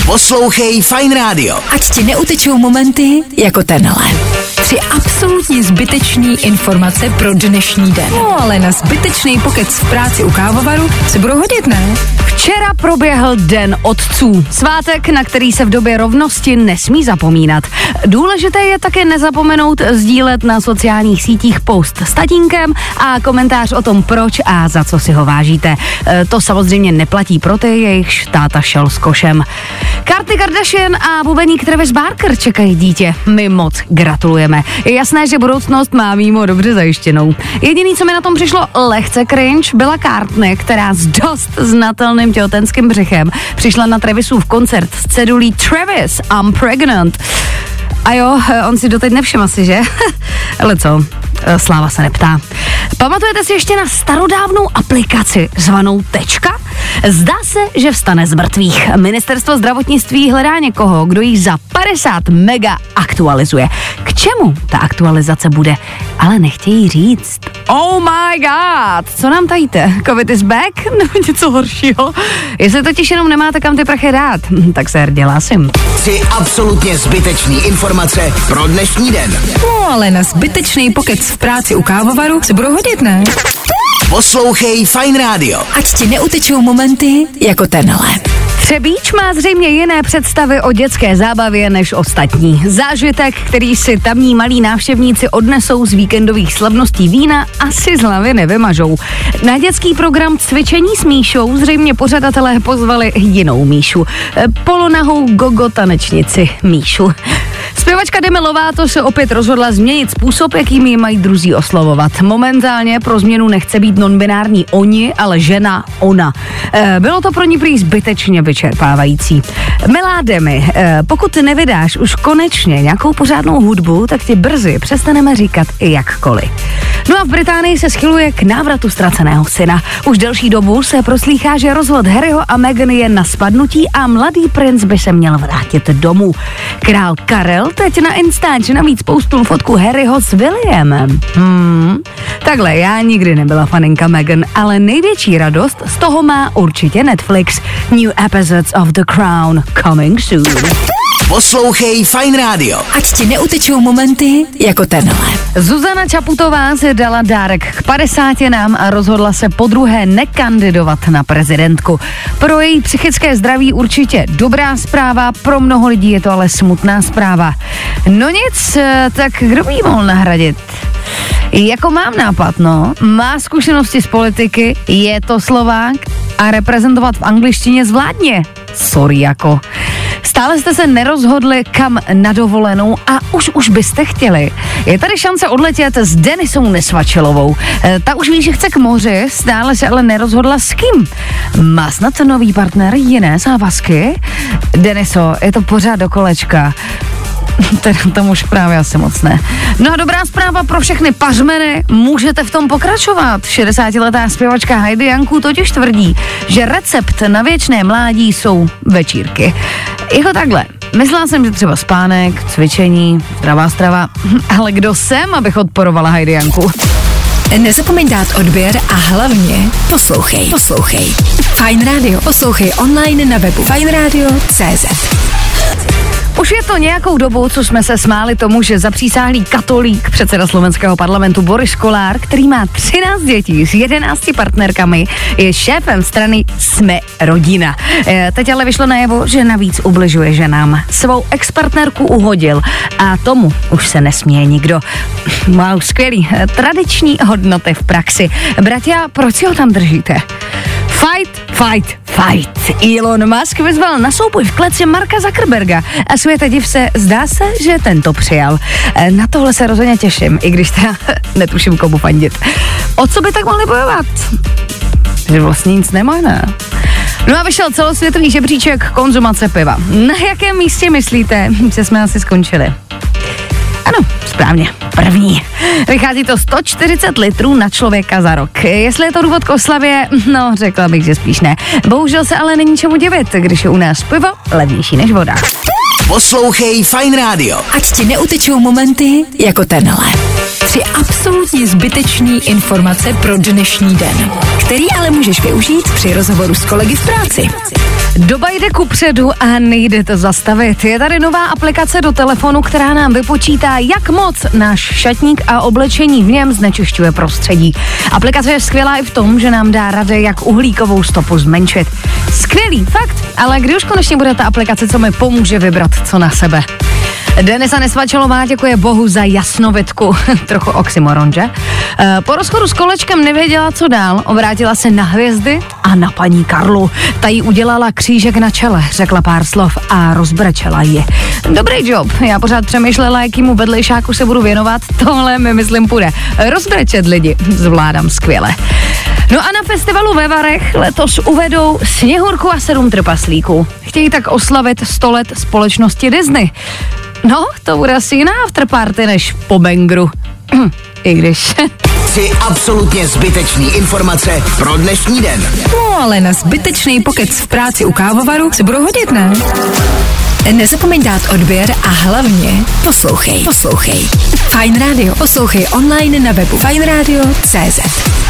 Poslouchej Fajn rádio. Ať ti neutečou momenty jako tenhle. 3 absolutně zbytečný informace pro dnešní den. No ale na zbytečný pokec v práci u kávovaru se budou hodit, ne? Včera proběhl Den otců. Svátek, na který se v době rovnosti nesmí zapomínat. Důležité je také nezapomenout sdílet na sociálních sítích post s tatínkem a komentář o tom, proč a za co si ho vážíte. To samozřejmě neplatí pro ty, jejichž táta šel s košem. Kourtney Kardashian a bubeník Travis Barker čekají dítě. My moc gratulujeme. Je jasné, že budoucnost má mimo dobře zajištěnou. Jediný, co mi na tom přišlo lehce cringe, byla Kourtney, která s dost znatelným těhotenským břichem přišla na Travisův koncert s cedulí Travis, I'm pregnant. A jo, on si doteď nevšiml asi, že? Ale co, sláva se neptá. Pamatujete si ještě na starodávnou aplikaci zvanou Tečka? Zdá se, že vstane z mrtvých. Ministerstvo zdravotnictví hledá někoho, kdo ji za 50 mega aktualizuje. K čemu ta aktualizace bude? Ale nechtějí říct. Oh my god, co nám tajíte? Covid is back? Nebo něco horšího? Jestli totiž jenom nemáte kam ty prachy dát, tak se hrdě hlásím. 3 absolutně zbytečný informace pro dnešní den. No ale na zbytečný pokec v práci u kávovaru se budou hodit, ne? Poslouchej Fajn rádio. Ať ti neutečou momenty jako tenhle. Třebíč má zřejmě jiné představy o dětské zábavě než ostatní. Zážitek, který si tamní malí návštěvníci odnesou z víkendových slavností vína, asi z hlavy nevymažou. Na dětský program Cvičení s Míšou zřejmě pořadatelé pozvali jinou Míšu. Polonahou gogo tanečnici Míšu. Zpěvačka Demi Lovato se opět rozhodla změnit způsob, jakým ji mají druzí oslovovat. Momentálně pro změnu nechce být nonbinární oni, ale žena ona. Bylo to pro ní prý zbytečně vyčerpávající. Milá Demi, pokud nevydáš už konečně nějakou pořádnou hudbu, tak ti brzy přestaneme říkat i jakkoliv. No a v Británii se schyluje k návratu ztraceného syna. Už delší dobu se proslýchá, že rozvod Harryho a Meghan je na spadnutí a mladý princ by se měl vrátit domů. Král Karel teď na Instač navíc postul fotku Harryho s Williamem. Takhle, já nikdy nebyla faninka Meghan, ale největší radost z toho má určitě Netflix. New episodes of The Crown coming soon. Poslouchej Fajn rádio. Ať ti neutečou momenty jako tenhle. Zuzana Čaputová si dala dárek k 50 a rozhodla se podruhé nekandidovat na prezidentku. Pro její psychické zdraví určitě dobrá zpráva, pro mnoho lidí je to ale smutná zpráva. No nic, tak kdo by jí mohl nahradit? Jako mám nápad, no. Má zkušenosti z politiky, je to Slovák a reprezentovat v angličtině zvládně. Sorry jako. Stále jste se nerozhodli, kam na dovolenou a už byste chtěli. Je tady šance odletět s Denisou Nesvačilovou. Ta už ví, že chce k moři, stále se ale nerozhodla s kým. Má snad nový partner jiné závazky? Deniso, je to pořád do kolečka. Teda tomu už právě asi moc ne. No a dobrá zpráva pro všechny pařmeny, můžete v tom pokračovat. 60letá zpěvačka Heidi Janku totiž tvrdí, že recept na věčné mládí jsou večírky. Jako takhle. Myslela jsem, že třeba spánek, cvičení, zdravá strava, ale kdo jsem, abych odporovala Heidi Janku? Nezapomeň dát odběr a hlavně poslouchej. Fajn rádio. Poslouchej online na webu fajnradio.cz. Už je to nějakou dobu, co jsme se smáli tomu, že zapřísáhlý katolík, předseda slovenského parlamentu Boris Kolár, který má 13 dětí s 11 partnerkami, je šéfem strany Jsme rodina. Teď ale vyšlo najevo, že navíc ubližuje ženám. Svou expartnerku uhodil a tomu už se nesměje nikdo. Wow, skvělý. Tradiční hodnoty v praxi. Bratia, proč si ho tam držíte? Fight. Elon Musk vyzval na souboj v kleci Marka Zuckerberga a světe div se, zdá se, že ten to přijal. Na tohle se rozhodně těším, i když teda netuším, komu fandit. O co by tak mohli bojovat? Že vlastně nic nemají, ne? No a vyšel celosvětový žebříček konzumace piva. Na jakém místě myslíte, že jsme asi skončili? Ano, správně, první. Vychází to 140 litrů na člověka za rok. Jestli je to důvod k oslavě, no řekla bych, že spíš ne. Bohužel se ale není čemu divit, když je u nás pivo levnější než voda. Poslouchej Fajn rádio. Ať ti neutečou momenty jako tenhle. 3 absolutně zbytečný informace pro dnešní den, který ale můžeš využít při rozhovoru s kolegy v práci. Doba jde kupředu a nejde to zastavit. Je tady nová aplikace do telefonu, která nám vypočítá, jak moc náš šatník a oblečení v něm znečišťuje prostředí. Aplikace je skvělá i v tom, že nám dá rady, jak uhlíkovou stopu zmenšit. Skvělý, fakt, ale kdy už konečně bude ta aplikace, co mi pomůže vybrat co na sebe? Denisa Nesvačalová děkuje Bohu za jasnovidku. Trochu oxymoron, že? Po rozchodu s kolečkem nevěděla, co dál. Obrátila se na hvězdy a na paní Karlu. Ta jí udělala křížek na čele, řekla pár slov a rozbrečela ji. Dobrý job. Já pořád přemýšlela, jakýmu vedlejšáku se budu věnovat. Tohle mi myslím půjde. Rozbrečet lidi zvládám skvěle. No a na festivalu ve Varech letos uvedou Sněhurku a 7 trpaslíků. Chtějí tak oslavit 100 let společnosti Disney. No, to bude asi jiná afterparty než po bangru. I když. 3 absolutně zbytečný informace pro dnešní den. No, ale na zbytečný pokec v práci u kávovaru se budou hodit, ne? Nezapomeň dát odběr a hlavně poslouchej. Fajn Radio. Poslouchej online na webu fajnradio.cz.